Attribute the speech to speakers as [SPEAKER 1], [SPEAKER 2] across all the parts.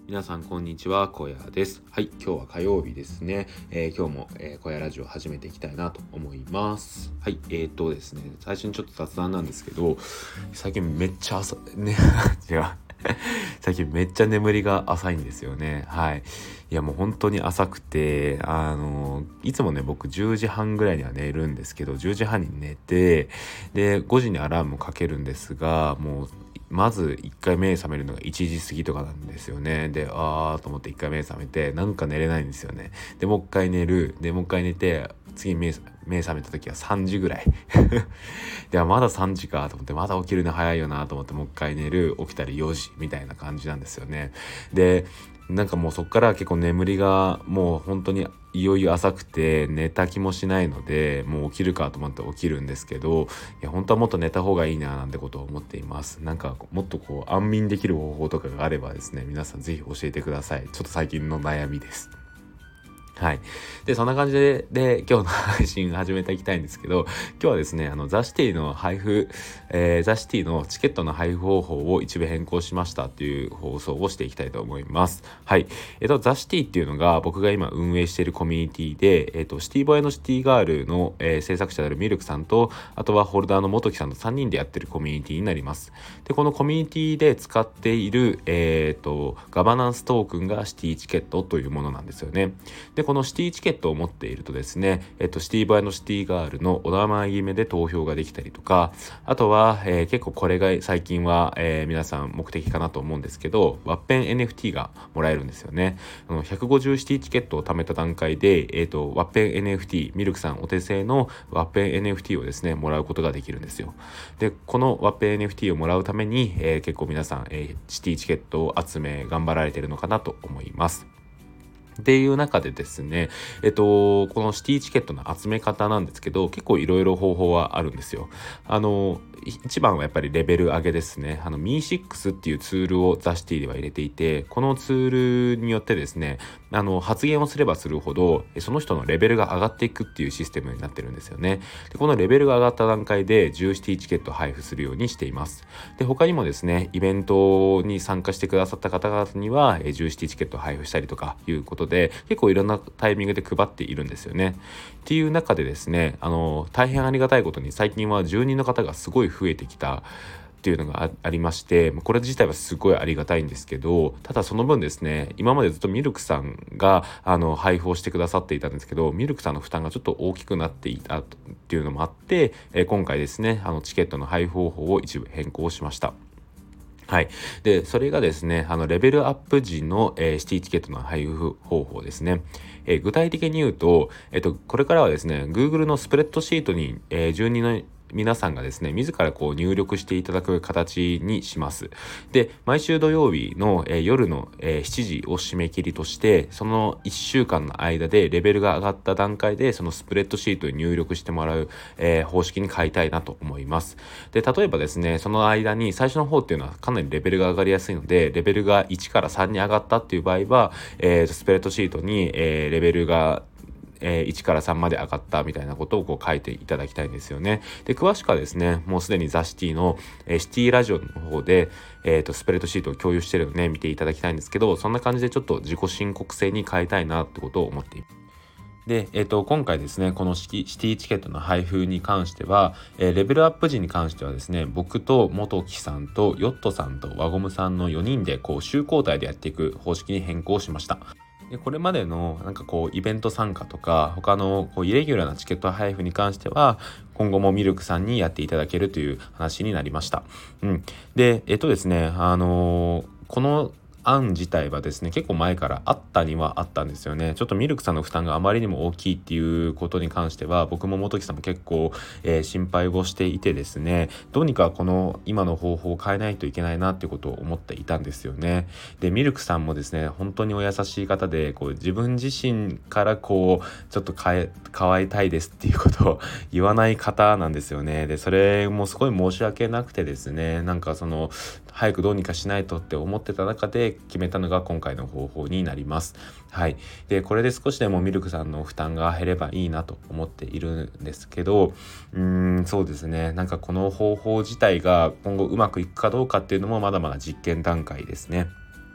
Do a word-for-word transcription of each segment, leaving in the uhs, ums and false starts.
[SPEAKER 1] 皆さんこんにちは、小屋です。はい、今日は火曜日ですね。えー、今日も、えー、小屋ラジオ始めていきたいなと思います。はい、えーとですね、最初にちょっと雑談なんですけど、最近めっちゃ朝ね違う最近めっちゃ眠りが浅いんですよね。はい。いやもう本当に浅くて、あのいつもね僕じゅうじはんぐらいには寝るんですけど、じゅうじはんに寝て、でごじにアラームかけるんですが、もうまずいっかい目覚めるのがいちじ過ぎとかなんですよね。で、あーと思っていっかい目覚めて、なんか寝れないんですよね。で、もう一回寝る。で、もう一回寝て、次目、目覚めた時はさんじぐらい。で、まださんじかと思って、まだ起きるの早いよなと思って、もう一回寝る。起きたらよじみたいな感じなんですよね。で、なんかもうそっから結構眠りがもう本当にいよいよ浅くて、寝た気もしないので、もう起きるかと思って起きるんですけど、いや本当はもっと寝た方がいいななんてことを思っています。なんかもっとこう安眠できる方法とかがあればですね、皆さんぜひ教えてください。ちょっと最近の悩みです。はい。で、そんな感じで、で、今日の配信始めていきたいんですけど、今日はですね、あの、ザ・シティの配布、えー、ザ・シティのチケットの配布方法を一部変更しましたっていう放送をしていきたいと思います。はい。えっと、ザ・シティっていうのが僕が今運営しているコミュニティで、えっと、シティボーイのシティガールの、えー、制作者であるミルクさんと、あとはホルダーの元木さんとさんにんでやってるコミュニティになります。で、このコミュニティで使っている、えっと、ガバナンストークンがシティチケットというものなんですよね。で、このシティチケットを持っているとですね、えっと、シティボーイのシティガールのお名前決めで投票ができたりとか、あとは、えー、結構これが最近は、えー、皆さん目的かなと思うんですけど、ワッペン エヌエフティー がもらえるんですよね。あのひゃくごじゅうシティチケットを貯めた段階で、えっと、ワッペン エヌエフティー、ミルクさんお手製のワッペン エヌエフティー をですね、もらうことができるんですよ。で、このワッペン エヌエフティー をもらうために、えー、結構皆さん、えー、シティチケットを集め頑張られているのかなと思います。っていう中でですね、えっと、このシティチケットの集め方なんですけど、結構いろいろ方法はあるんですよ。あの、一番はやっぱりレベル上げですね。あの、ミーシックス っていうツールをザ・シティでは入れていて、このツールによってですね、あの、発言をすればするほど、その人のレベルが上がっていくっていうシステムになってるんですよね。で、このレベルが上がった段階でじゅうシティチケットを配布するようにしています。で、他にもですね、イベントに参加してくださった方々には、じゅうシティチケットを配布したりとかいうことで、結構いろんなタイミングで配っているんですよね。っていう中でですね、あの、大変ありがたいことに最近は住人の方がすごい増えてきたっていうのが あ, ありまして、これ自体はすごいありがたいんですけど、ただその分ですね、今までずっとミルクさんがあの配布をしてくださっていたんですけど、ミルクさんの負担がちょっと大きくなっていたっていうのもあって、えー、今回ですね、あのチケットの配布方法を一部変更しました。はい。で、それがですね、あの、レベルアップ時の、えーシティチケットの配布方法ですね。えー具体的に言うと、えっと、これからはですね、Google のスプレッドシートに、えー、住人の皆さんがですね、自らこう入力していただく形にします。で、毎週土曜日の、えー夜の、えーしちじを締め切りとして、そのいっしゅうかんの間でレベルが上がった段階で、そのスプレッドシートに入力してもらう、えー方式に変えたいなと思います。で、例えばですね、その間に最初の方っていうのはかなりレベルが上がりやすいので、レベルがいちからさんに上がったっていう場合は、えー、スプレッドシートに、えーレベルがえー、いちからさんまで上がったみたいなことをこう書いていただきたいんですよね。で、詳しくはですね、もうすでにザ・シティの、えー、シティラジオの方で、えーと、スプレッドシートを共有してるので見ていただきたいんですけど、そんな感じでちょっと自己申告制に変えたいなってことを思っています。で、えっと、今回ですね、このシティ、シティチケットの配布に関しては、えーレベルアップ時に関してはですね、僕と元木さんとヨットさんと輪ゴムさんのよにんで、こう、週交代でやっていく方式に変更しました。で、これまでのなんかこうイベント参加とか他のこうイレギュラーなチケット配布に関しては今後もミルクさんにやっていただけるという話になりました。うん。で、えっとですね、あのーこの案自体はですね、結構前からあったにはあったんですよね。ちょっとミルクさんの負担があまりにも大きいっていうことに関しては、僕も元木さんも結構、えー心配をしていてですね、どうにかこの今の方法を変えないといけないなっていうことを思っていたんですよね。で、ミルクさんもですね、本当にお優しい方で、こう自分自身からこう、ちょっと変え、変わりたいですっていうことを言わない方なんですよね。で、それもすごい申し訳なくてですね、なんかその、早くどうにかしないとって思ってた中で決めたのが今回の方法になります。はい。で、これで少しでもミルクさんの負担が減ればいいなと思っているんですけど、うーん、そうですね。なんかこの方法自体が今後うまくいくかどうかっていうのもまだまだ実験段階ですね。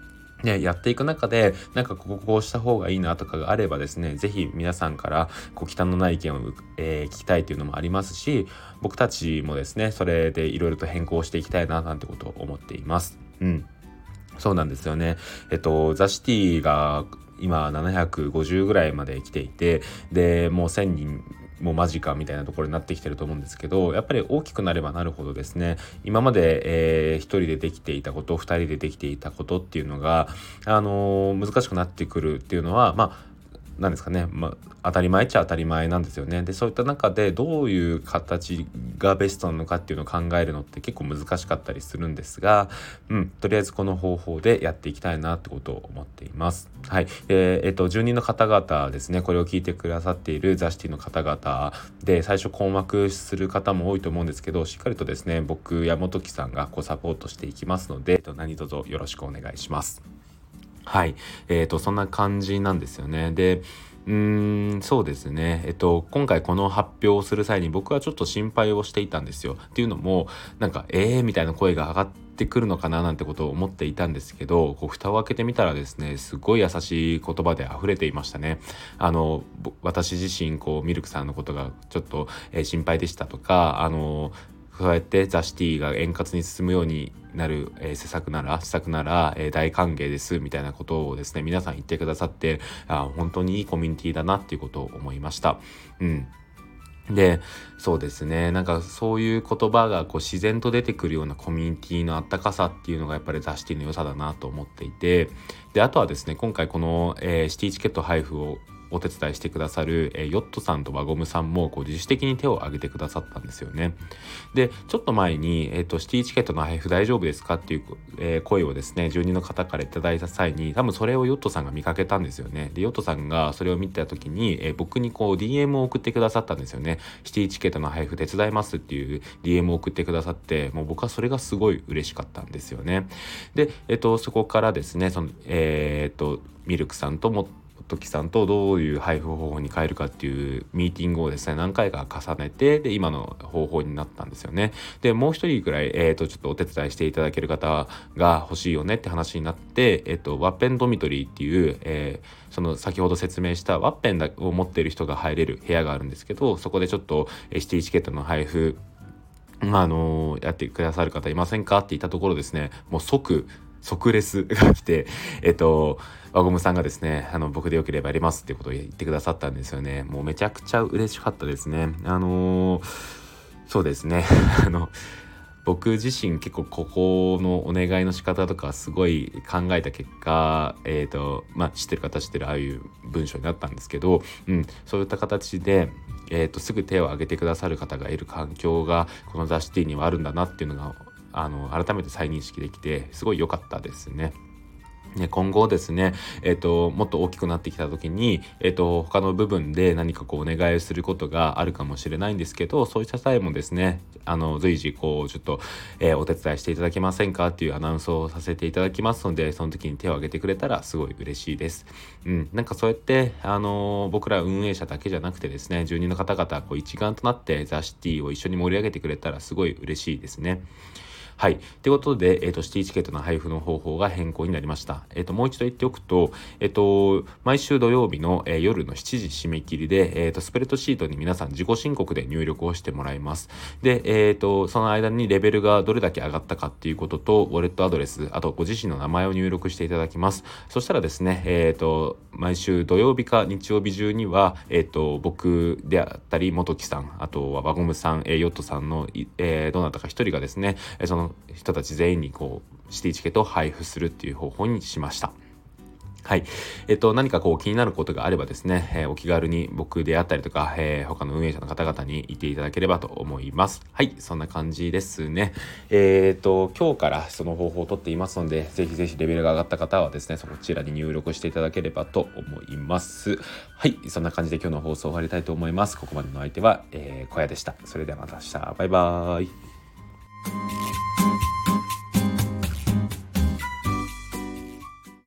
[SPEAKER 1] ね、やっていく中でなんかこここうした方がいいなとかがあればですね、ぜひ皆さんからご忌憚のない意見を、えー、聞きたいというのもありますし、僕たちもですねそれでいろいろと変更していきたいななんてことを思っています。うん、そうなんですよね。えっとザ・シティが今ななひゃくごじゅうぐらいまで来ていて、でもうせんにんもう間近みたいなところになってきてると思うんですけど、やっぱり大きくなればなるほどですね、今まで、えー、ひとりでできていたことふたりでできていたことっていうのが、あのー、難しくなってくるっていうのはまあなんですかね、まあ、当たり前っちゃ当たり前なんですよね。でそういった中でどういう形がベストなのかっていうのを考えるのって結構難しかったりするんですが、うん、とりあえずこの方法でやっていきたいなってことを思っています。はい、でえっと住人の方々ですね、これを聞いてくださっているザ・シティの方々で最初困惑する方も多いと思うんですけど、しっかりとですね僕や元木さんがこうサポートしていきますので、えっと、何卒よろしくお願いします。はい、えーとそんな感じなんですよね。でうーんそうですね、えっと今回この発表をする際に僕はちょっと心配をしていたんですよ。っていうのもなんかえーみたいな声が上がってくるのかななんてことを思っていたんですけど、こう蓋を開けてみたらですね、すごい優しい言葉で溢れていましたね。あの私自身こうミルクさんのことがちょっと、えー心配でしたとか、あのそうやってザ・シティが円滑に進むようになる、えー、施策なら施策なら、えー、大歓迎ですみたいなことをですね皆さん言ってくださって、あ本当にいいコミュニティだなっていうことを思いました。うんでそうですね、なんかそういう言葉がこう自然と出てくるようなコミュニティのあったかさっていうのがやっぱりザ・シティの良さだなと思っていて、であとはですね今回この、えー、シティチケット配布をお手伝いしてくださる、えー、ヨットさんと輪ゴムさんもこう自主的に手を挙げてくださったんですよね。でちょっと前に、えーと、シティチケットの配布大丈夫ですかっていう、えー、声をですね住人の方からいただいた際に、多分それをヨットさんが見かけたんですよね。でヨットさんがそれを見た時に、えー、僕にこう ディーエム を送ってくださったんですよね。シティチケットの配布手伝いますっていう ディーエム を送ってくださって、もう僕はそれがすごい嬉しかったんですよね。で、えーと、そこからですねその、えーと、ミルクさんともトキさんとどういう配布方法に変えるかっていうミーティングをですね何回か重ねて、で今の方法になったんですよね。でもう一人くらい、えー、とちょっとお手伝いしていただける方が欲しいよねって話になって、えー、とワッペンドミトリーっていう、えー、その先ほど説明したワッペンを持っている人が入れる部屋があるんですけど、そこでちょっとシティチケットの配布まああのー、やってくださる方いませんかって言ったところですね、もう即即レスが来て、えっと輪ゴムさんがですねあの僕でよければやりますっていうことを言ってくださったんですよね。もうめちゃくちゃ嬉しかったですね。あのー、そうですねあの僕自身結構ここのお願いの仕方とかすごい考えた結果、えーとまあ、知ってる方知ってるああいう文章になったんですけど、うん、そういった形で、えーとすぐ手を挙げてくださる方がいる環境がこのザ・シティにはあるんだなっていうのがあの改めて再認識できてすごい良かったですね。ね、今後ですね、えっと、もっと大きくなってきた時に、えっと、他の部分で何かこうお願いすることがあるかもしれないんですけど、そういった際もですね、あの、随時こう、ちょっと、えー、お手伝いしていただけませんかっていうアナウンスをさせていただきますので、その時に手を挙げてくれたらすごい嬉しいです。うん、なんかそうやって、あのー、僕ら運営者だけじゃなくてですね、住人の方々、こう一丸となってザ・シティを一緒に盛り上げてくれたらすごい嬉しいですね。はい。ということで、えっと、シティチケットの配布の方法が変更になりました。えっと、もう一度言っておくと、えっと、毎週土曜日の、えー、夜のしちじ締め切りで、えっと、スプレッドシートに皆さん自己申告で入力をしてもらいます。で、えっと、その間にレベルがどれだけ上がったかっていうことと、ウォレットアドレス、あとご自身の名前を入力していただきます。そしたらですね、えっと、毎週土曜日か日曜日中には、えっと、僕であったり、元木さん、あとは輪ゴムさん、えー、ヨットさんの、えー、どなたか一人がですね、その人たち全員にこうシティチケットを配布するっていう方法にしました。はい。えっと、何かこう気になることがあればですね、えー、お気軽に僕であったりとか、えー、他の運営者の方々に言っていただければと思います。はい。そんな感じですね。えっと、今日からその方法をとっていますので、ぜひぜひレベルが上がった方はですね、そちらに入力していただければと思います。はい。そんな感じで今日の放送を終わりたいと思います。ここまでの相手は、えー、小屋でした。それではまた明日。バイバーイ。